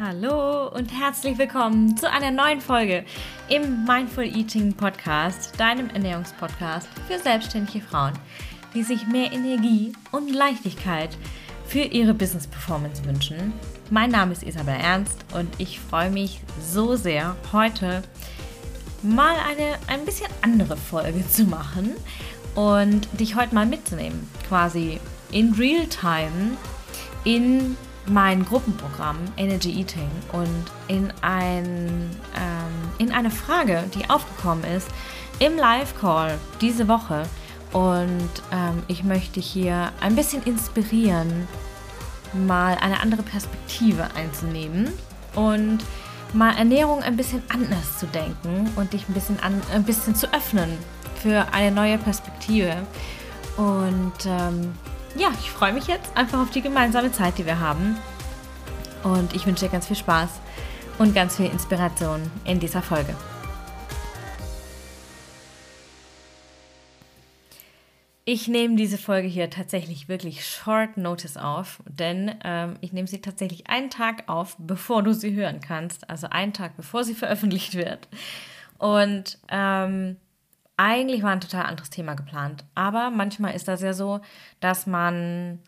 Hallo und herzlich willkommen zu einer neuen Folge im Mindful Eating Podcast, deinem Ernährungspodcast für selbstständige Frauen, die sich mehr Energie und Leichtigkeit für ihre Business Performance wünschen. Mein Name ist Isabel Ernst und ich freue mich so sehr, heute mal ein bisschen andere Folge zu machen und dich heute mal mitzunehmen, quasi in Real-Time in mein Gruppenprogramm Energy Eating und in eine Frage, die aufgekommen ist im Live-Call diese Woche. Und ich möchte hier ein bisschen inspirieren, mal eine andere Perspektive einzunehmen und mal Ernährung ein bisschen anders zu denken und dich ein bisschen zu öffnen für eine neue Perspektive. Und ich freue mich jetzt einfach auf die gemeinsame Zeit, die wir haben. Und ich wünsche dir ganz viel Spaß und ganz viel Inspiration in dieser Folge. Ich nehme diese Folge hier tatsächlich wirklich short notice auf, denn ich nehme sie tatsächlich einen Tag auf, bevor du sie hören kannst, also einen Tag, bevor sie veröffentlicht wird. Und eigentlich war ein total anderes Thema geplant, aber manchmal ist das ja so, dass man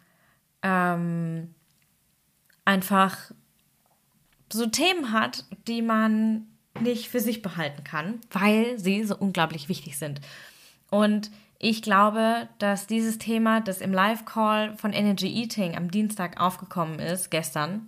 einfach so Themen hat, die man nicht für sich behalten kann, weil sie so unglaublich wichtig sind. Und ich glaube, dass dieses Thema, das im Live-Call von Energy Eating am Dienstag aufgekommen ist, gestern,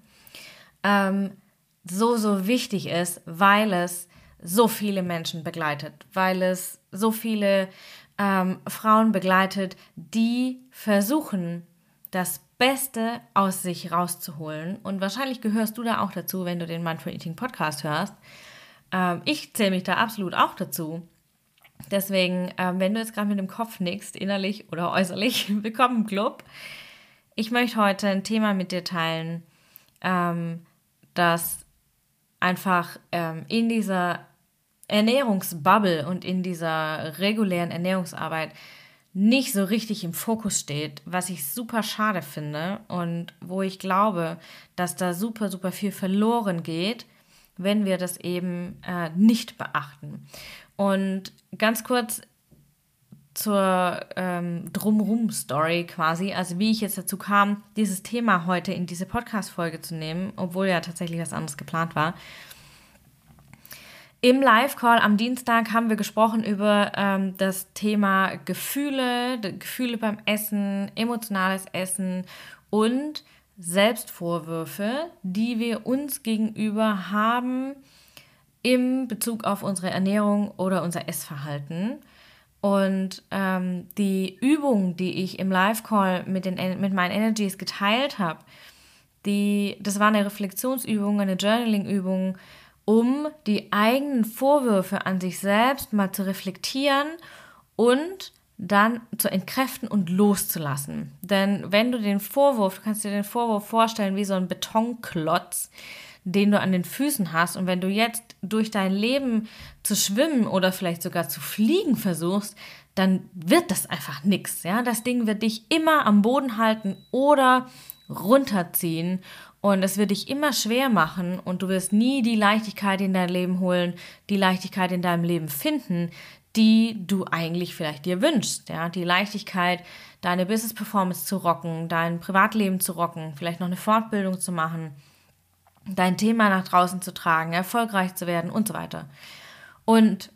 so wichtig ist, weil es so viele Menschen begleitet, weil es so viele Frauen begleitet, die versuchen, das Beste aus sich rauszuholen. Und wahrscheinlich gehörst du da auch dazu, wenn du den Mindful Eating Podcast hörst. Ich zähle mich da absolut auch dazu. Deswegen, wenn du jetzt gerade mit dem Kopf nickst, innerlich oder äußerlich, willkommen im Club. Ich möchte heute ein Thema mit dir teilen, das einfach in dieser Ernährungsbubble und in dieser regulären Ernährungsarbeit nicht so richtig im Fokus steht, was ich super schade finde und wo ich glaube, dass da super viel verloren geht, wenn wir das eben nicht beachten. Und ganz kurz zur Drumrum-Story quasi, also wie ich jetzt dazu kam, dieses Thema heute in diese Podcast-Folge zu nehmen, obwohl ja tatsächlich was anderes geplant war. Im Live-Call am Dienstag haben wir gesprochen über das Thema Gefühle beim Essen, emotionales Essen und Selbstvorwürfe, die wir uns gegenüber haben im Bezug auf unsere Ernährung oder unser Essverhalten. Und die Übung, die ich im Live-Call mit meinen Energies geteilt habe, das war eine Reflexionsübung, eine Journaling-Übung, um die eigenen Vorwürfe an sich selbst mal zu reflektieren und dann zu entkräften und loszulassen. Denn wenn du kannst dir den Vorwurf vorstellen wie so ein Betonklotz, den du an den Füßen hast, und wenn du jetzt durch dein Leben zu schwimmen oder vielleicht sogar zu fliegen versuchst, dann wird das einfach nichts. Ja? Das Ding wird dich immer am Boden halten oder runterziehen und es wird dich immer schwer machen und du wirst nie die Leichtigkeit in dein Leben holen, die Leichtigkeit in deinem Leben finden, die du eigentlich vielleicht dir wünschst. Ja? Die Leichtigkeit, deine Business-Performance zu rocken, dein Privatleben zu rocken, vielleicht noch eine Fortbildung zu machen, dein Thema nach draußen zu tragen, erfolgreich zu werden und so weiter. Und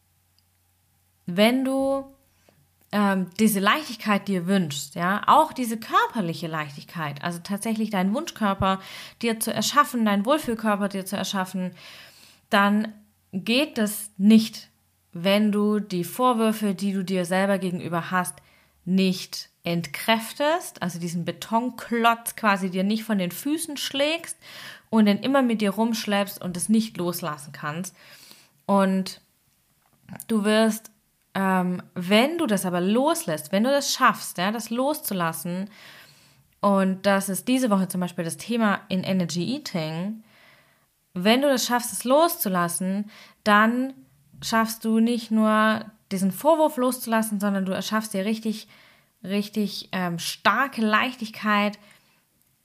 wenn du diese Leichtigkeit dir wünschst, ja, auch diese körperliche Leichtigkeit, also tatsächlich deinen Wunschkörper dir zu erschaffen, deinen Wohlfühlkörper dir zu erschaffen, dann geht das nicht, wenn du die Vorwürfe, die du dir selber gegenüber hast, nicht entkräftest, also diesen Betonklotz quasi dir nicht von den Füßen schlägst und den immer mit dir rumschleppst und es nicht loslassen kannst. Und du wirst, wenn du das aber loslässt, wenn du das schaffst, ja, das loszulassen, und das ist diese Woche zum Beispiel das Thema in Energy Eating, wenn du das schaffst, es loszulassen, dann schaffst du nicht nur diesen Vorwurf loszulassen, sondern du erschaffst dir richtig starke Leichtigkeit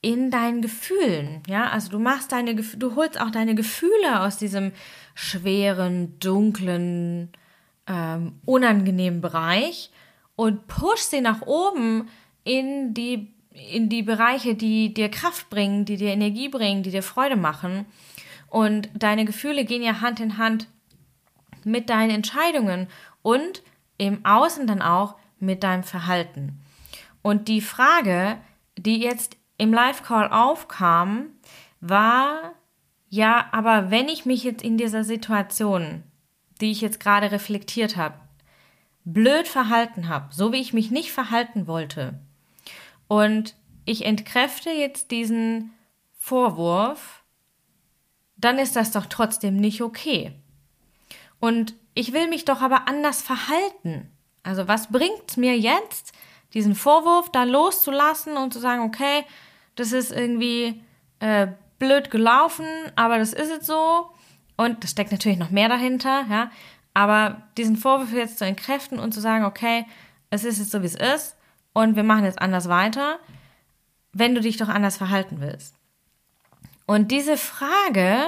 in deinen Gefühlen. Ja, also du holst auch deine Gefühle aus diesem schweren, dunklen, unangenehmen Bereich und pushst sie nach oben in die Bereiche, die dir Kraft bringen, die dir Energie bringen, die dir Freude machen. Und deine Gefühle gehen ja Hand in Hand mit deinen Entscheidungen und im Außen dann auch mit deinem Verhalten. Und die Frage, die jetzt im Live-Call aufkam, war, ja, aber wenn ich mich jetzt in dieser Situation, die ich jetzt gerade reflektiert habe, blöd verhalten habe, so wie ich mich nicht verhalten wollte, und ich entkräfte jetzt diesen Vorwurf, dann ist das doch trotzdem nicht okay. Und ich will mich doch aber anders verhalten. Also was bringt mir jetzt, diesen Vorwurf da loszulassen und zu sagen, okay, das ist irgendwie blöd gelaufen, aber das ist jetzt so. Und da steckt natürlich noch mehr dahinter, ja. Aber diesen Vorwurf jetzt zu entkräften und zu sagen, okay, es ist jetzt so, wie es ist und wir machen jetzt anders weiter, wenn du dich doch anders verhalten willst. Und diese Frage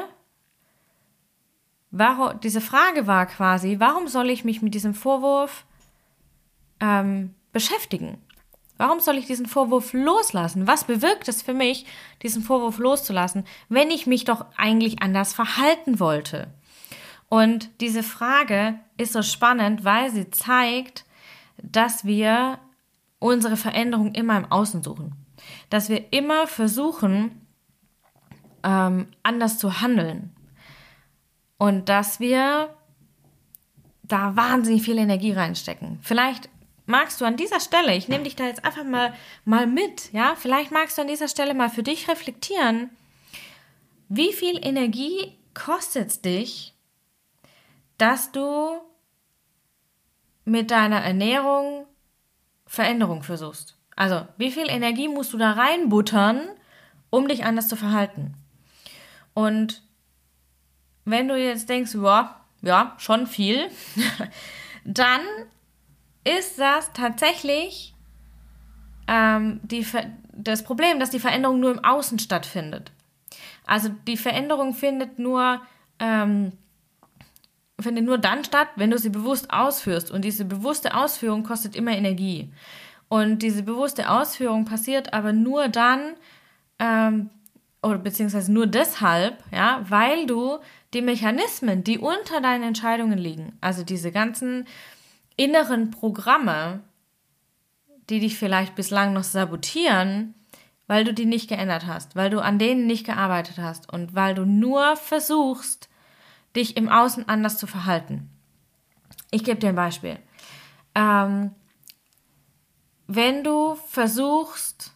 war quasi, warum soll ich mich mit diesem Vorwurf beschäftigen? Warum soll ich diesen Vorwurf loslassen? Was bewirkt es für mich, diesen Vorwurf loszulassen, wenn ich mich doch eigentlich anders verhalten wollte? Und diese Frage ist so spannend, weil sie zeigt, dass wir unsere Veränderung immer im Außen suchen. Dass wir immer versuchen, anders zu handeln. Und dass wir da wahnsinnig viel Energie reinstecken. Vielleicht magst du an dieser Stelle, ich nehme dich da jetzt einfach mal mit, ja, vielleicht magst du an dieser Stelle mal für dich reflektieren, wie viel Energie kostet es dich, dass du mit deiner Ernährung Veränderung versuchst. Also, wie viel Energie musst du da reinbuttern, um dich anders zu verhalten? Und wenn du jetzt denkst, ja, schon viel, dann ist das tatsächlich das Problem, dass die Veränderung nur im Außen stattfindet. Also die Veränderung findet nur dann statt, wenn du sie bewusst ausführst. Und diese bewusste Ausführung kostet immer Energie. Und diese bewusste Ausführung passiert aber nur dann, oder beziehungsweise nur deshalb, ja, weil du die Mechanismen, die unter deinen Entscheidungen liegen, also diese ganzen inneren Programme, die dich vielleicht bislang noch sabotieren, weil du die nicht geändert hast, weil du an denen nicht gearbeitet hast und weil du nur versuchst, dich im Außen anders zu verhalten. Ich gebe dir ein Beispiel. Wenn du versuchst,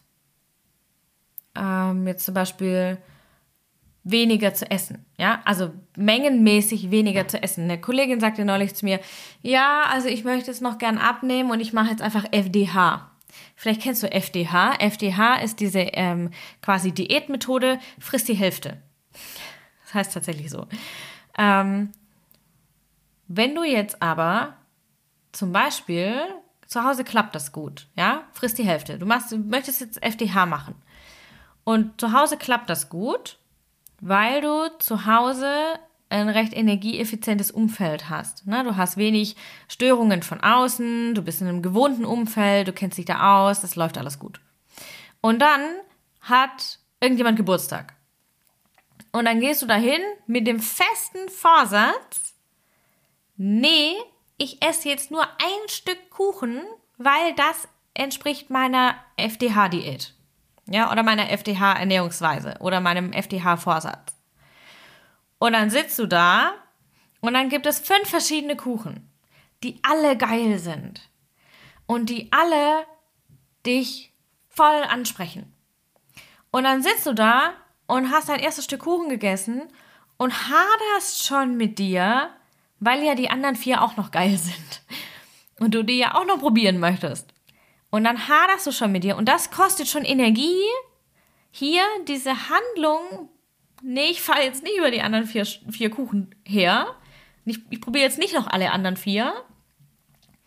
jetzt zum Beispiel weniger zu essen, ja, also mengenmäßig weniger zu essen. Eine Kollegin sagte neulich zu mir, ja, also ich möchte es noch gern abnehmen und ich mache jetzt einfach FDH. Vielleicht kennst du FDH. FDH ist diese quasi Diätmethode, frisst die Hälfte. Das heißt tatsächlich so. Wenn du jetzt aber zum Beispiel, zu Hause klappt das gut, ja, frisst die Hälfte. Du möchtest jetzt FDH machen. Und zu Hause klappt das gut, weil du zu Hause ein recht energieeffizientes Umfeld hast. Ne? Du hast wenig Störungen von außen, du bist in einem gewohnten Umfeld, du kennst dich da aus, das läuft alles gut. Und dann hat irgendjemand Geburtstag. Und dann gehst du dahin mit dem festen Vorsatz, nee, ich esse jetzt nur ein Stück Kuchen, weil das entspricht meiner FDH-Diät. Ja, oder meiner FDH-Ernährungsweise oder meinem FDH-Vorsatz. Und dann sitzt du da und dann gibt es 5 verschiedene Kuchen, die alle geil sind und die alle dich voll ansprechen. Und dann sitzt du da und hast dein erstes Stück Kuchen gegessen und haderst schon mit dir, weil ja die anderen 4 auch noch geil sind und du die ja auch noch probieren möchtest. Und dann haderst du schon mit dir und das kostet schon Energie. Hier diese Handlung, nee, ich falle jetzt nicht über die anderen 4 Kuchen her. Ich probiere jetzt nicht noch alle anderen 4.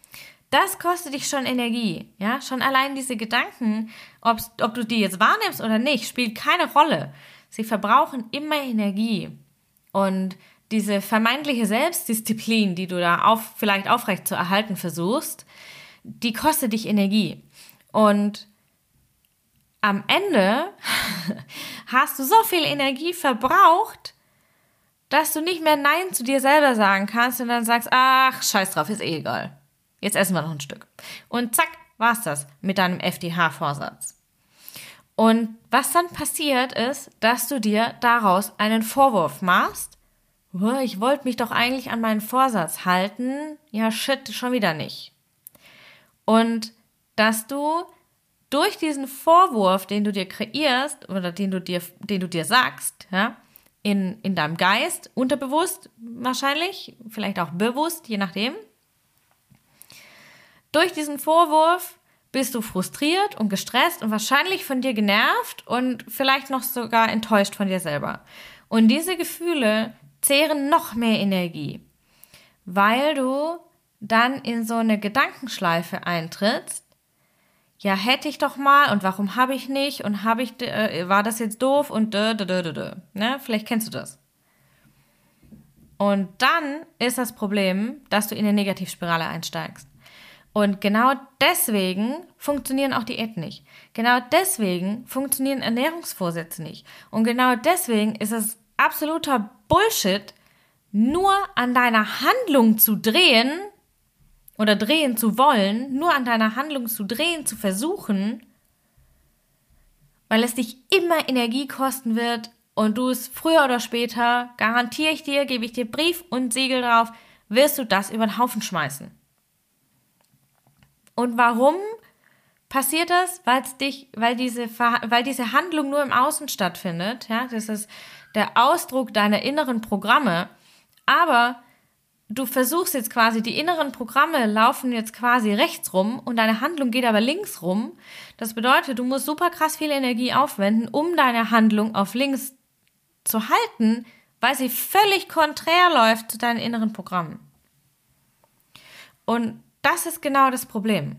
Das kostet dich schon Energie, ja, schon allein diese Gedanken, ob du die jetzt wahrnimmst oder nicht, spielt keine Rolle. Sie verbrauchen immer Energie und diese vermeintliche Selbstdisziplin, die du da vielleicht aufrecht zu erhalten versuchst, die kostet dich Energie und am Ende hast du so viel Energie verbraucht, dass du nicht mehr Nein zu dir selber sagen kannst und dann sagst, ach, scheiß drauf, ist eh egal. Jetzt essen wir noch ein Stück. Und zack, war's das mit deinem FDH-Vorsatz. Und was dann passiert ist, dass du dir daraus einen Vorwurf machst. Ich wollte mich doch eigentlich an meinen Vorsatz halten. Ja, shit, schon wieder nicht. Und dass du durch diesen Vorwurf, den du dir kreierst oder den du dir sagst, ja, in deinem Geist, unterbewusst wahrscheinlich, vielleicht auch bewusst, je nachdem. Durch diesen Vorwurf bist du frustriert und gestresst und wahrscheinlich von dir genervt und vielleicht noch sogar enttäuscht von dir selber. Und diese Gefühle zehren noch mehr Energie, weil du dann in so eine Gedankenschleife eintrittst. Ja, hätte ich doch mal und warum habe ich nicht und war das jetzt doof und ne? Vielleicht kennst du das. Und dann ist das Problem, dass du in eine Negativspirale einsteigst. Und genau deswegen funktionieren auch Diäten nicht. Genau deswegen funktionieren Ernährungsvorsätze nicht. Und genau deswegen ist es absoluter Bullshit, nur an deiner Handlung zu drehen oder drehen zu wollen, nur an deiner Handlung zu drehen, zu versuchen, weil es dich immer Energie kosten wird und du es früher oder später, garantiere ich dir, gebe ich dir Brief und Siegel drauf, wirst du das über den Haufen schmeißen. Und warum passiert das? Weil diese Handlung nur im Außen stattfindet. Ja, das ist der Ausdruck deiner inneren Programme. Aber du versuchst jetzt quasi, die inneren Programme laufen jetzt quasi rechts rum und deine Handlung geht aber links rum. Das bedeutet, du musst super krass viel Energie aufwenden, um deine Handlung auf links zu halten, weil sie völlig konträr läuft zu deinen inneren Programmen. Und das ist genau das Problem.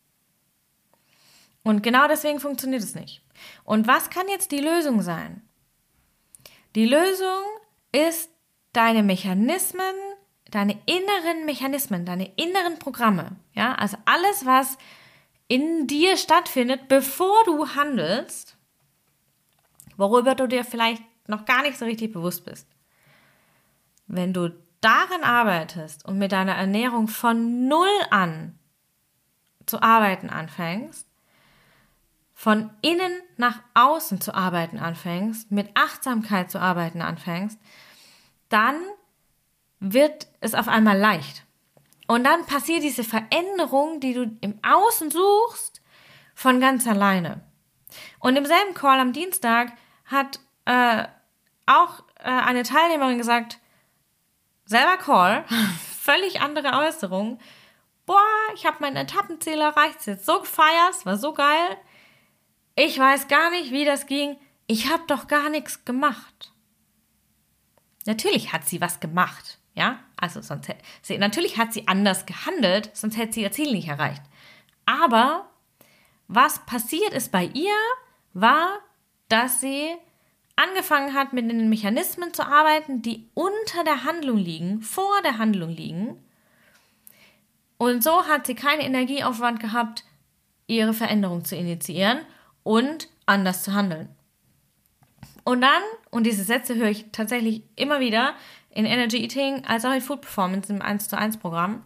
Und genau deswegen funktioniert es nicht. Und was kann jetzt die Lösung sein? Die Lösung ist deine Mechanismen, deine inneren Programme. Ja? Also alles, was in dir stattfindet, bevor du handelst, worüber du dir vielleicht noch gar nicht so richtig bewusst bist. Wenn du daran arbeitest und mit deiner Ernährung von null an zu arbeiten anfängst, von innen nach außen zu arbeiten anfängst, mit Achtsamkeit zu arbeiten anfängst, dann wird es auf einmal leicht. Und dann passiert diese Veränderung, die du im Außen suchst, von ganz alleine. Und im selben Call am Dienstag hat auch eine Teilnehmerin gesagt, selber Call, völlig andere Äußerung. Boah, ich habe mein Etappenziel erreicht, es ist jetzt so gefeiert, es war so geil. Ich weiß gar nicht, wie das ging. Ich habe doch gar nichts gemacht. Natürlich hat sie was gemacht, ja? Also natürlich hat sie anders gehandelt, sonst hätte sie ihr Ziel nicht erreicht. Aber was passiert ist bei ihr, war, dass sie angefangen hat, mit den Mechanismen zu arbeiten, die unter der Handlung liegen, vor der Handlung liegen. Und so hat sie keinen Energieaufwand gehabt, ihre Veränderung zu initiieren und anders zu handeln. Und dann, und diese Sätze höre ich tatsächlich immer wieder in Energy Eating, als auch in Food Performance im 1:1 Programm,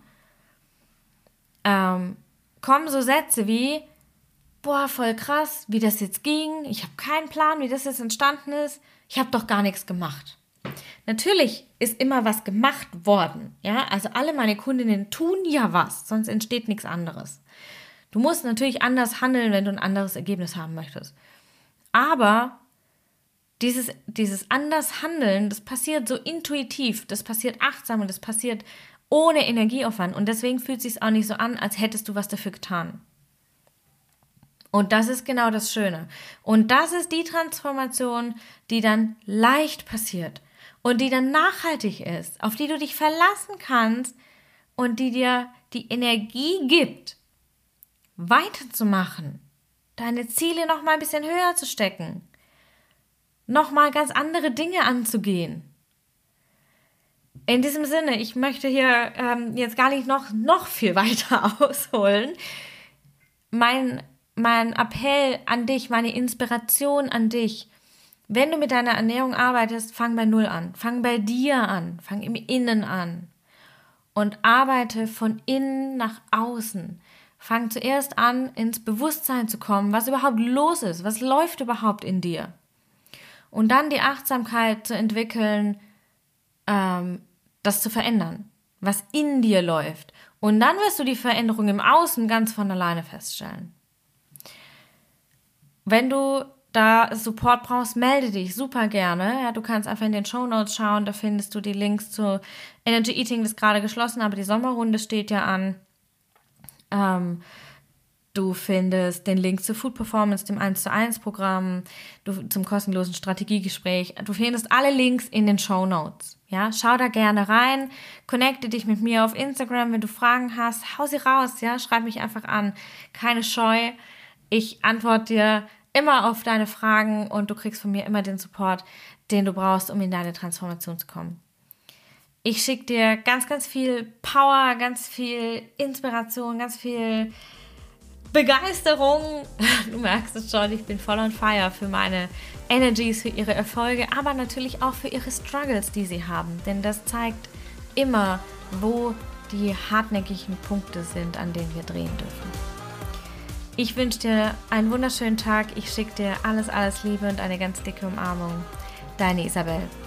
kommen so Sätze wie, boah, voll krass, wie das jetzt ging, ich habe keinen Plan, wie das jetzt entstanden ist, ich habe doch gar nichts gemacht. Natürlich ist immer was gemacht worden, ja, also alle meine Kundinnen tun ja was, sonst entsteht nichts anderes. Du musst natürlich anders handeln, wenn du ein anderes Ergebnis haben möchtest. Aber dieses anders Handeln, das passiert so intuitiv, das passiert achtsam und das passiert ohne Energieaufwand. Und deswegen fühlt es sich auch nicht so an, als hättest du was dafür getan. Und das ist genau das Schöne. Und das ist die Transformation, die dann leicht passiert und die dann nachhaltig ist, auf die du dich verlassen kannst und die die Energie gibt, weiterzumachen, deine Ziele noch mal ein bisschen höher zu stecken, noch mal ganz andere Dinge anzugehen. In diesem Sinne, ich möchte hier jetzt gar nicht noch viel weiter ausholen. Mein Appell an dich, meine Inspiration an dich, wenn du mit deiner Ernährung arbeitest, fang bei Null an. Fang bei dir an. Fang im Innen an. Und arbeite von innen nach außen. Fang zuerst an, ins Bewusstsein zu kommen, was überhaupt los ist. Was läuft überhaupt in dir? Und dann die Achtsamkeit zu entwickeln, das zu verändern, was in dir läuft. Und dann wirst du die Veränderung im Außen ganz von alleine feststellen. Wenn du da Support brauchst, melde dich super gerne. Ja, du kannst einfach in den Shownotes schauen, da findest du die Links zu Energy Eating, das ist gerade geschlossen, aber die Sommerrunde steht ja an. Du findest den Link zu Food Performance, dem 1:1 Programm, zum kostenlosen Strategiegespräch. Du findest alle Links in den Shownotes. Ja, schau da gerne rein, connecte dich mit mir auf Instagram, wenn du Fragen hast, hau sie raus, ja, schreib mich einfach an. Keine Scheu, ich antworte dir immer auf deine Fragen und du kriegst von mir immer den Support, den du brauchst, um in deine Transformation zu kommen. Ich schicke dir ganz, ganz viel Power, ganz viel Inspiration, ganz viel Begeisterung. Du merkst es schon, ich bin voll on fire für meine Energies, für ihre Erfolge, aber natürlich auch für ihre Struggles, die sie haben. Denn das zeigt immer, wo die hartnäckigen Punkte sind, an denen wir drehen dürfen. Ich wünsche dir einen wunderschönen Tag. Ich schicke dir alles, alles Liebe und eine ganz dicke Umarmung. Deine Isabel.